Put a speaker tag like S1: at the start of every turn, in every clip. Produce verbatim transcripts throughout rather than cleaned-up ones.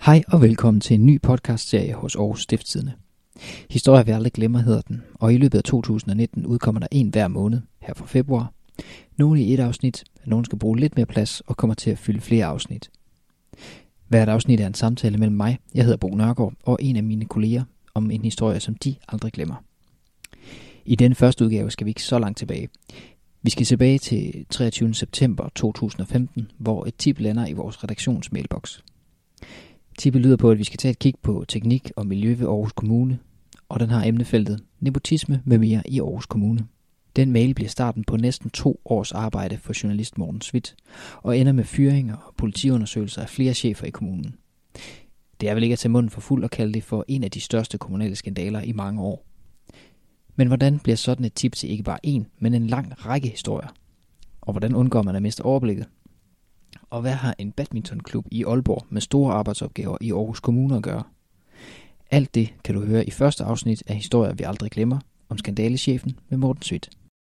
S1: Hej og velkommen til en ny podcastserie hos Aarhus Stiftstidende. Historier vi aldrig glemmer hedder den, og i løbet af to tusind nitten udkommer der en hver måned her fra februar. Nogle i et afsnit, nogle skal bruge lidt mere plads og kommer til at fylde flere afsnit. Hvert afsnit er en samtale mellem mig, jeg hedder Bo Nørgaard, og en af mine kolleger om en historie, som de aldrig glemmer. I denne første udgave skal vi ikke så langt tilbage. Vi skal tilbage til treogtyvende september to tusind femten, hvor et tip lander i vores redaktionsmailboks. Tippet lyder på, at vi skal tage et kig på teknik og miljø ved Aarhus Kommune, og den har emnefeltet nepotisme med mere i Aarhus Kommune. Den mail bliver starten på næsten to års arbejde for journalist Morten Svit, og ender med fyringer og politiundersøgelser af flere chefer i kommunen. Det er vel ikke at tage munden for fuld og kalde det for en af de største kommunale skandaler i mange år. Men hvordan bliver sådan et tip til ikke bare en, men en lang række historier? Og hvordan undgår man at miste overblikket? Og hvad har en badmintonklub i Aalborg med store arbejdsopgaver i Aarhus Kommune at gøre? Alt det kan du høre i første afsnit af Historier vi aldrig glemmer om skandalechefen med Morten Svit.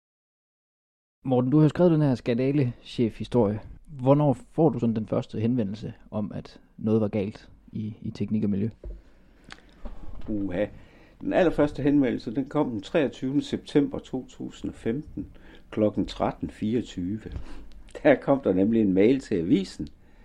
S1: Morten, du har skrevet den her skandalechef-historie. Hvornår får du sådan den første henvendelse om, at noget var galt i, i teknik og miljø?
S2: Uha. Den allerførste henvendelse, den kom den treogtyvende september to tusind femten klokken tretten fireogtyve. Der kom der nemlig en mail til avisen.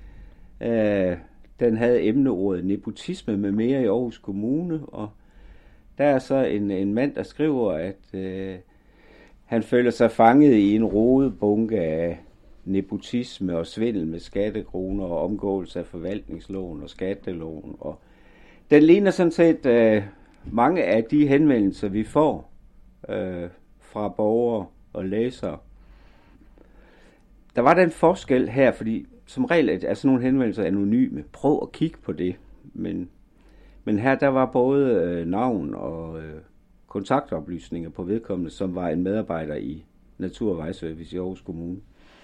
S2: Uh, den havde emneordet nepotisme med mere i Aarhus Kommune, og der er så en, en mand, der skriver, at uh, han føler sig fanget i en rodet bunke af nepotisme og svindel med skattekroner og omgåelse af forvaltningsloven og skatteloven. Og den ligner sådan set uh, mange af de henvendelser, vi får uh, fra borgere og læsere. Der var den forskel her, fordi som regel er sådan nogle henvendelser anonyme. Prøv at kigge på det. Men, men her der var både øh, navn og øh, kontaktoplysninger på vedkommende, som var en medarbejder i Natur- og Vejservice i Aarhus Kommune.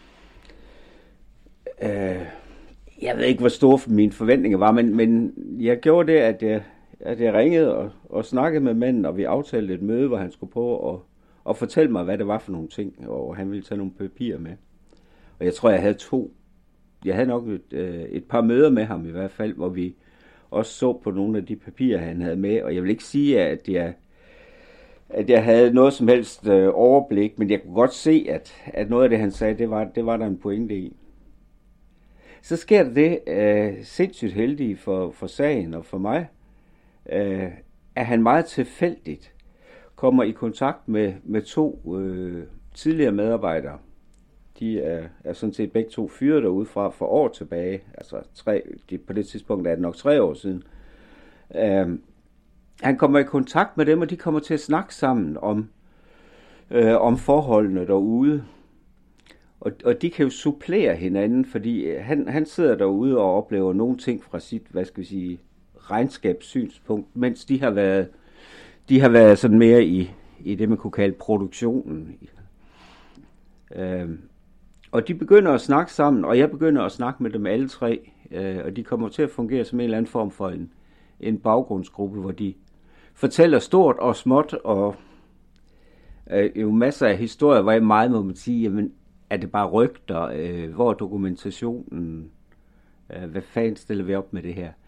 S2: Øh, jeg ved ikke, hvor store mine forventninger var, men, men jeg gjorde det, at jeg, at jeg ringede og, og snakkede med manden, og vi aftalte et møde, hvor han skulle på at, at fortælle mig, hvad det var for nogle ting, og han ville tage nogle papirer med. Og jeg tror, jeg havde to. Jeg havde nok et, øh, et par møder med ham i hvert fald, hvor vi også så på nogle af de papirer, han havde med. Og jeg vil ikke sige, at jeg, at jeg havde noget som helst øh, overblik, men jeg kunne godt se, at, at noget af det, han sagde, det var, det var der en pointe i. Så sker der det øh, sindssygt heldige for, for sagen og for mig, øh, at han meget tilfældigt kommer i kontakt med, med to øh, tidligere medarbejdere. De er, er sådan set begge to fyret derude fra for år tilbage. Altså tre, de, på det tidspunkt er det nok tre år siden. Um, han kommer i kontakt med dem, og de kommer til at snakke sammen om, øh, om forholdene derude. Og, og de kan jo supplere hinanden, fordi han, han sidder derude og oplever nogle ting fra sit, hvad skal vi sige, regnskabssynspunkt, mens de har været, de har været sådan mere i, i det, man kunne kalde produktionen. Um, Og de begynder at snakke sammen, og jeg begynder at snakke med dem alle tre, øh, og de kommer til at fungere som en eller anden form for en, en baggrundsgruppe, hvor de fortæller stort og småt, og øh, jo masser af historier, hvor jeg meget må man sige, jamen, er det bare rygter, øh, hvor er dokumentationen, øh, hvad fanden stiller vi op med det her?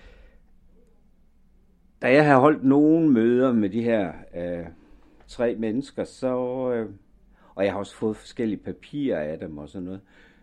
S2: Da jeg har holdt nogle møder med de her øh, tre mennesker, så... Øh, Og jeg har også fået forskellige papirer af dem og sådan noget.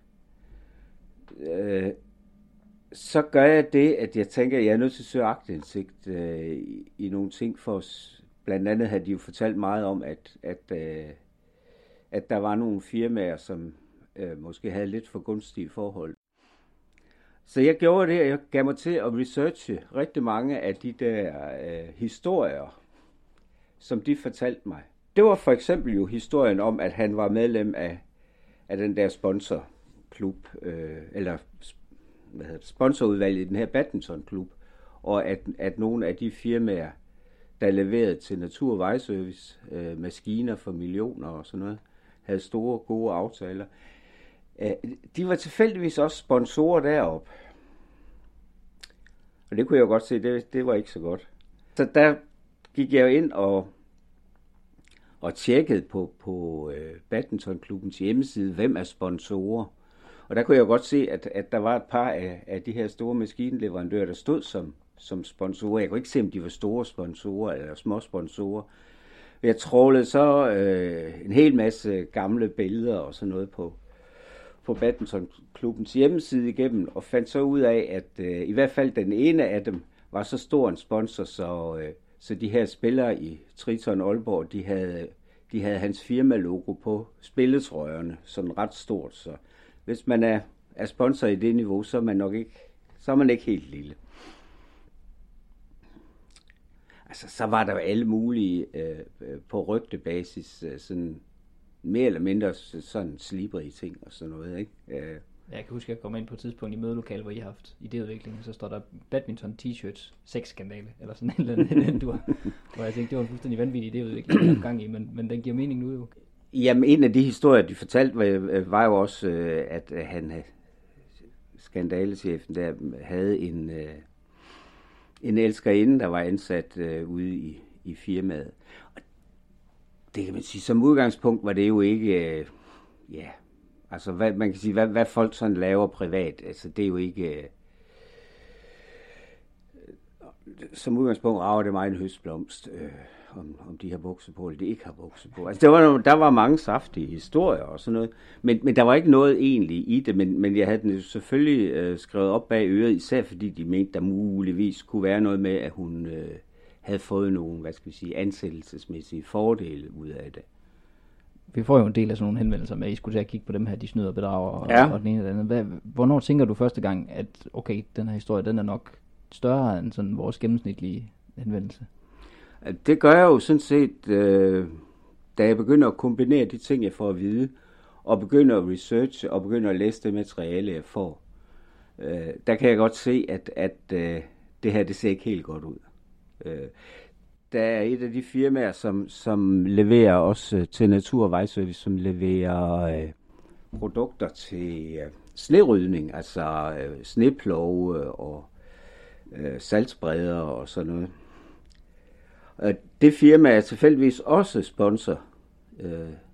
S2: Øh, så gør jeg det, at jeg tænker, at jeg er nødt til at søge aktindsigt øh, i, i nogle ting for os. Blandt andet havde de jo fortalt meget om, at, at, øh, at der var nogle firmaer, som øh, måske havde lidt for gunstige forhold. Så jeg gjorde det, at jeg gav mig til at researche rigtig mange af de der øh, historier, som de fortalte mig. Det var for eksempel jo historien om, at han var medlem af, af den der sponsorklub, øh, eller hvad hedder det, sponsorudvalget i den her badmintonklub, og at, at nogle af de firmaer, der leverede til Natur- og Vejservice, øh, maskiner for millioner og sådan noget, havde store, gode aftaler. Øh, de var tilfældigvis også sponsorer deroppe. Og det kunne jeg jo godt se, det, det var ikke så godt. Så der gik jeg jo ind og og tjekkede på, på øh, badmintonklubbens hjemmeside, hvem er sponsorer. Og der kunne jeg godt se, at, at der var et par af, af de her store maskinleverandører, der stod som, som sponsorer. Jeg kunne ikke se, om de var store sponsorer eller små sponsorer. Jeg trålede så øh, en hel masse gamle billeder og sådan noget på, på badmintonklubbens hjemmeside igennem, og fandt så ud af, at øh, i hvert fald den ene af dem var så stor en sponsor, så, øh, så de her spillere i Triton Aalborg, de havde, de havde hans firma-logo på spilletrøjerne, sådan ret stort. Så hvis man er, er sponsor i det niveau, så er man nok ikke, så er man ikke helt lille. Altså, så var der jo alle mulige øh, på rygtebasis, øh, sådan mere eller mindre sådan slibrige ting og sådan noget, ikke? Øh.
S1: Jeg kan huske, at jeg kom ind på et tidspunkt i mødelokale, hvor I har haft idéudvikling, så står der badminton t-shirts, sexskandale, eller sådan en eller anden du har, hvor jeg tænkte, det var en fuldstændig vanvittig idéudvikling, jeg har gang i, men, men den giver mening nu jo.
S2: Jamen, en af de historier, de fortalte, var, var jo også, at han, skandalechefen der, havde en, en elskerinde, der var ansat ude i, i firmaet. Og det kan man sige, som udgangspunkt var det jo ikke, ja, altså hvad, man kan sige, hvad, hvad folk sådan laver privat, altså det er jo ikke, som udgangspunkt rager det mig en høstblomst, øh, om, om de har bukser på, eller de ikke har bukser på. Altså, der var, der var mange saftige historier og sådan noget, men, men der var ikke noget egentlig i det, men, men jeg havde den selvfølgelig øh, skrevet op bag øret, især fordi de mente, der muligvis kunne være noget med, at hun øh, havde fået nogle, hvad skal vi sige, ansættelsesmæssige fordele ud af det.
S1: Vi får jo en del af sådan nogle henvendelser med, at I skulle til at kigge på dem her, de snyder og bedrager og,
S2: ja.
S1: og den ene eller anden. Hvad, hvornår tænker du første gang, at okay, den her historie, den er nok større end sådan vores gennemsnitlige henvendelse?
S2: Det gør jeg jo sådan set, øh, da jeg begynder at kombinere de ting, jeg får at vide, og begynder at researche, og begynder at læse det materiale, jeg får. Øh, der kan jeg godt se, at, at øh, det her, det ser ikke helt godt ud. Øh, der er et af de firmaer, som, som leverer også til Natur- og Vejservice, som leverer øh, produkter til øh, snerydning, altså øh, sneplove og øh, saltspreder og sådan noget. Det firma er tilfældigvis også sponsor øh,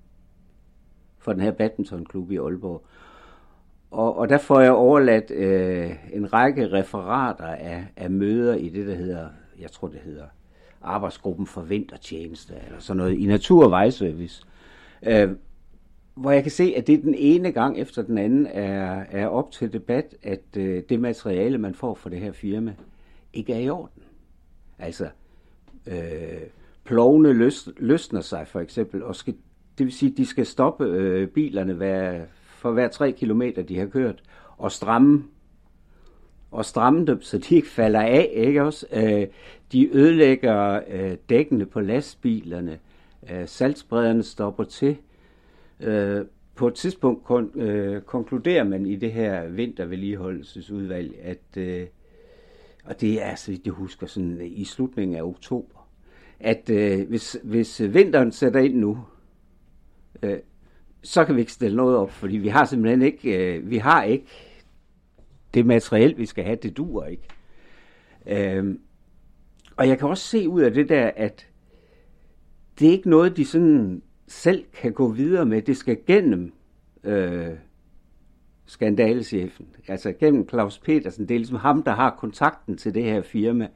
S2: for den her badmintonklub i Aalborg. Og, og der får jeg overladt øh, en række referater af, af møder i det, der hedder, jeg tror det hedder, Arbejdsgruppen for Vintertjeneste, eller sådan noget, i Natur- og Vejservice. Øh, hvor jeg kan se, at det den ene gang efter den anden er, er op til debat, at øh, det materiale, man får fra det her firma, ikke er i orden. Altså, Øh, plovene løs, løsner sig for eksempel, og skal, det vil sige, at de skal stoppe øh, bilerne hver, for hver tre kilometer, de har kørt, og stramme, og stramme dem, så de ikke falder af, ikke også? Øh, de ødelægger øh, dækkene på lastbilerne, øh, saltsprederne stopper til. Øh, på et tidspunkt kon, øh, konkluderer man i det her vintervedligeholdelsesudvalg, at øh, og det er, så vidt jeg husker, sådan i slutningen af oktober, at øh, hvis, hvis vinteren sætter ind nu, øh, så kan vi ikke stille noget op, fordi vi har simpelthen ikke, øh, vi har ikke det materiel, vi skal have, det duer ikke. Øh, og jeg kan også se ud af det der, at det er ikke noget, de sådan selv kan gå videre med. Det skal gennem øh, skandalechefen, altså gennem Claus Petersen. Det er ligesom ham, der har kontakten til det her firma.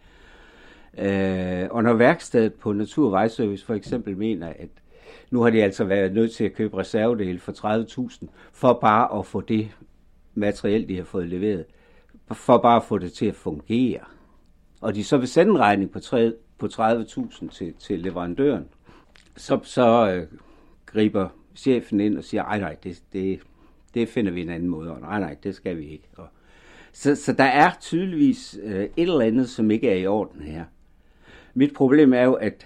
S2: Øh, og når værkstedet på Natur- og Vejservice for eksempel mener, at nu har de altså været nødt til at købe reservedele for tredive tusind, for bare at få det materiel, de har fået leveret, for bare at få det til at fungere. Og de så vil sende en regning på, på tredive tusind til, til leverandøren, så, så øh, griber chefen ind og siger, ej nej, det, det, det finder vi en anden måde, og nej nej, det skal vi ikke. Og så, så der er tydeligvis øh, et eller andet, som ikke er i orden her. Mit problem er jo, at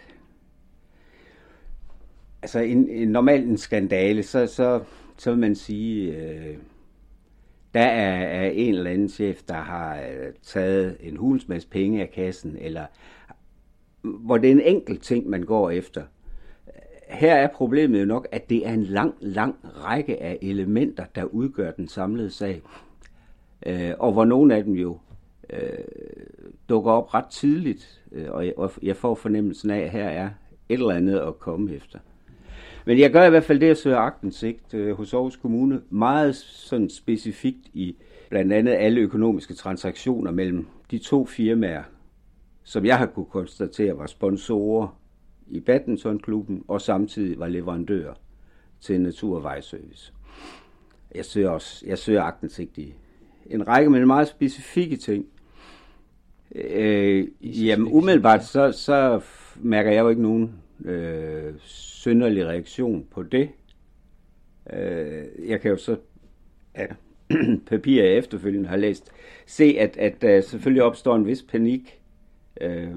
S2: altså en, en normalt en skandale, så, så, så vil man sige, øh, der er, er en eller anden chef, der har øh, taget en hulens masse penge af kassen, eller hvor det er en enkelt ting, man går efter. Her er problemet jo nok, at det er en lang, lang række af elementer, der udgør den samlede sag. Øh, og hvor nogle af dem jo øh, dukker op ret tidligt, øh, og, jeg, og jeg får fornemmelsen af, at her er et eller andet at komme efter. Men jeg gør i hvert fald det, at søge aktindsigt øh, hos Aarhus Kommune, meget sådan specifikt i blandt andet alle økonomiske transaktioner mellem de to firmaer, som jeg har kunne konstatere var sponsorer i badmintonklubben og samtidig var leverandør til Natur- og Vejservice. Jeg søger også, jeg søger aktindsigt i en række, men meget specifikke ting. Øh, jamen umiddelbart, så, så mærker jeg jo ikke nogen øh, synderlig reaktion på det. Øh, jeg kan jo så ja, papirer jeg efterfølgende har læst, se, at, at der selvfølgelig opstår en vis panik øh,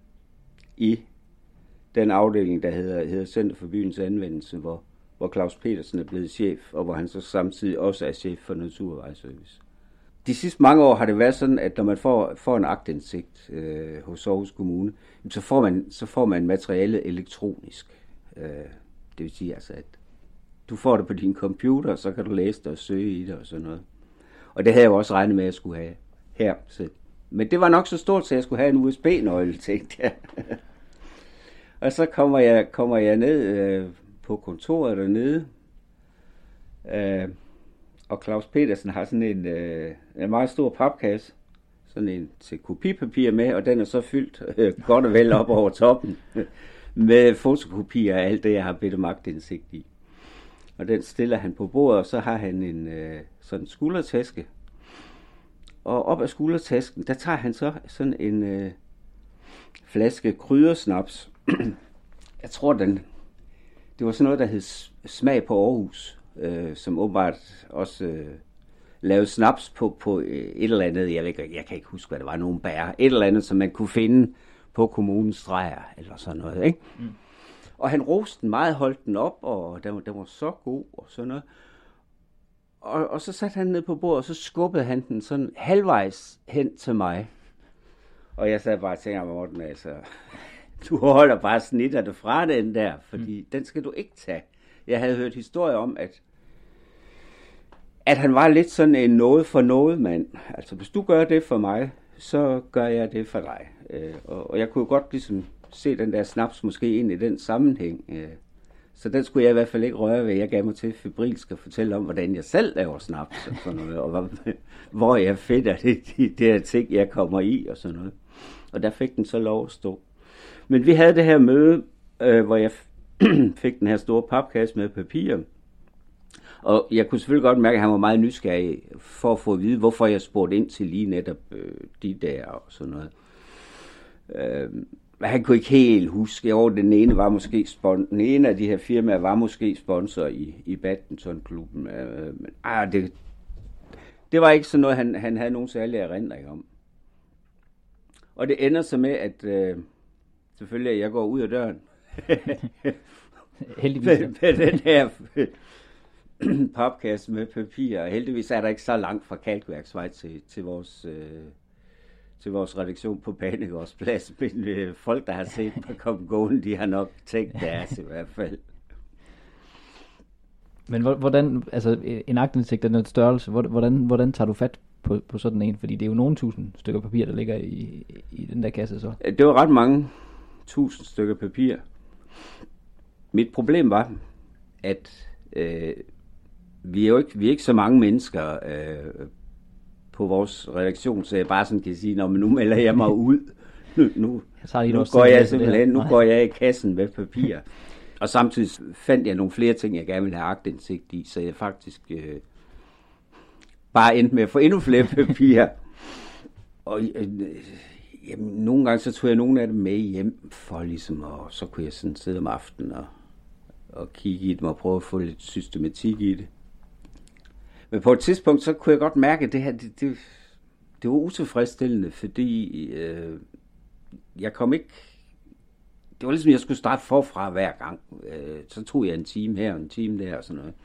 S2: i den afdeling, der hedder, hedder Center for Byens Anvendelse, hvor, hvor Claus Petersen er blevet chef, og hvor han så samtidig også er chef for Natur- og Vejservice. De sidste mange år har det været sådan, at når man får, får en aktindsigt øh, hos Aarhus Kommune, så får man, så får man materialet elektronisk. Øh, det vil sige altså, at du får det på din computer, så kan du læse det og søge i det og sådan noget. Og det havde jeg jo også regnet med, at jeg skulle have her. Så. Men det var nok så stort, så jeg skulle have en U S B-nøgle, tænkte jeg. Og så kommer jeg, kommer jeg ned øh, på kontoret dernede, øh, og Claus Petersen har sådan en, øh, en meget stor papkasse, sådan en til kopipapir med, og den er så fyldt øh, godt og vel op over toppen med fotokopier af alt det, jeg har bedt om aktindsigt i. Og den stiller han på bordet, og så har han en øh, sådan skuldertaske. Og op af skuldertasken, der tager han så sådan en øh, flaske kryddersnaps. Jeg tror, den, det var sådan noget, der hed Smag på Aarhus, øh, som åbenbart også øh, lavede snaps på, på et eller andet. Jeg, ved ikke, jeg kan ikke huske, hvad det var, nogen bær. Et eller andet, som man kunne finde på kommunens streger, eller sådan noget, ikke? Mm. Og han roste den meget, holdt den op, og den, den var så god, og sådan noget. Og, og så satte han ned på bordet, og så skubbede han den sådan halvvejs hen til mig. Og jeg sad bare og tænkte, Morten, altså, du holder bare snitterne fra den der, fordi mm. den skal du ikke tage. Jeg havde hørt historier om, at, at han var lidt sådan en noget for noget mand. Altså, hvis du gør det for mig, så gør jeg det for dig. Øh, og, og jeg kunne godt ligesom se den der snaps måske ind i den sammenhæng. Øh, så den skulle jeg i hvert fald ikke røre ved. Jeg gav mig til febrilsk at fortælle om, hvordan jeg selv laver snaps og sådan noget, og hvor, hvor jeg fedter det, de der ting, jeg kommer i og sådan noget. Og der fik den så lov at stå. Men vi havde det her møde, øh, hvor jeg fik den her store papkasse med papir. Og jeg kunne selvfølgelig godt mærke, at han var meget nysgerrig for at få at vide, hvorfor jeg spurgte ind til lige netop øh, de der og sådan noget. Øh, han kunne ikke helt huske. Jo, den ene var måske spon- den ene af de her firmaer var måske sponsor i, i badmintonklubben. Øh, men ah, det, det var ikke sådan noget, han, han havde nogen særlig erindring om. Og det ender så med, at øh, selvfølgelig, at jeg går ud af døren.
S1: Heldigvis.
S2: med, med den her papkasse med papir. Og heldigvis er der ikke så langt fra Kalkværksvej til, til, vores, øh, til vores redaktion på Banegårdsplads. Men øh, folk, der har set mig komme gående, de har nok tænkt deres i hvert fald.
S1: Men hvordan, altså en aktindsigt af den størrelse, hvordan, hvordan tager du fat på, på sådan en? Fordi det er jo nogle tusind stykker papir, der ligger i, i den der kasse så.
S2: Det var ret mange tusind stykker papir. Mit problem var, at øh, vi er jo ikke, vi er ikke så mange mennesker øh, på vores redaktion, så jeg bare sådan kan sige, men nu melder jeg mig ud. Nu, nu,
S1: jeg
S2: nu går jeg simpelthen, nu går jeg i kassen med papir. Og samtidig fandt jeg nogle flere ting, jeg gerne ville have aktindsigt i, så jeg faktisk øh, bare endte med at få endnu flere papirer. Og øh, jamen, nogle gange så tog jeg nogle af dem med hjem for ligesom, og så kunne jeg sådan sidde om aftenen og, og kigge i dem og prøve at få lidt systematik i det. Men på et tidspunkt, så kunne jeg godt mærke, at det her, det, det, det var utilfredsstillende, fordi øh, jeg kom ikke... Det var ligesom, jeg skulle starte forfra hver gang. Øh, så tog jeg en time her og en time der og sådan noget.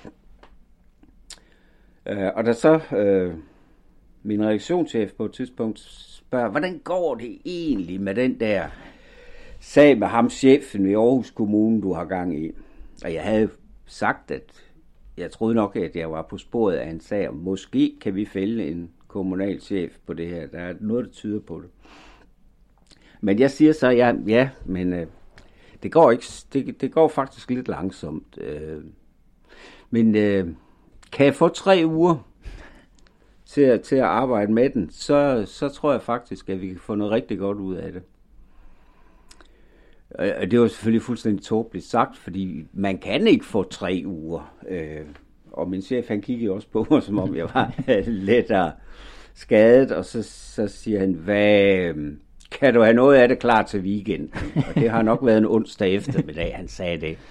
S2: Øh, og da så øh, min redaktionschef på et tidspunkt spørger, hvordan går det egentlig med den der sag med ham, chefen i Aarhus Kommune, du har gang i? Og jeg havde sagt, at jeg troede nok, at jeg var på sporet af en sag, og måske kan vi fælde en kommunal chef på det her. Der er noget, der tyder på det. Men jeg siger så, ja, ja men øh, det går ikke, det, det går faktisk lidt langsomt. Øh, men øh, kan jeg få tre uger til at, til at arbejde med den, så, så tror jeg faktisk, at vi kan få noget rigtig godt ud af det. Og det var selvfølgelig fuldstændig tåbeligt sagt, fordi man kan ikke få tre uger. Øh, og min chef, han kiggede også på mig, som om jeg var lettere skadet, og så, så siger han, hvad, kan du have noget af det klar til weekenden? Og det har nok været en onsdag eftermiddag, han sagde det.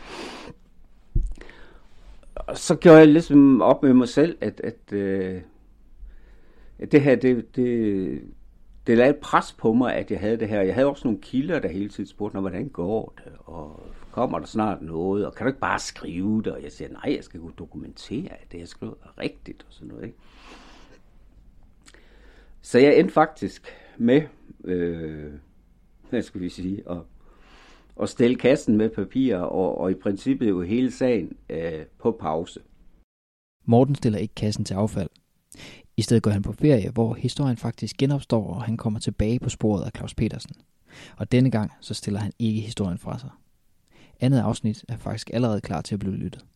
S2: Og så gjorde jeg ligesom op med mig selv, at, at, øh, at det her, det, det, det lagde et pres på mig, at jeg havde det her. Jeg havde også nogle kilder, der hele tiden spurgte mig, hvordan går det, og kommer der snart noget, og kan du ikke bare skrive det? Og jeg siger, nej, jeg skal kunne dokumentere, at det jeg skriver er rigtigt, og sådan noget, ikke? Så jeg endte faktisk med, øh, hvad skal vi sige, at, at stille kassen med papirer, og, og i princippet jo hele sagen øh, på pause.
S1: Morten stiller ikke kassen til affald. I stedet går han på ferie, hvor historien faktisk genopstår, og han kommer tilbage på sporet af Claus Petersen. Og denne gang så stiller han ikke historien fra sig. Andet afsnit er faktisk allerede klar til at blive lyttet.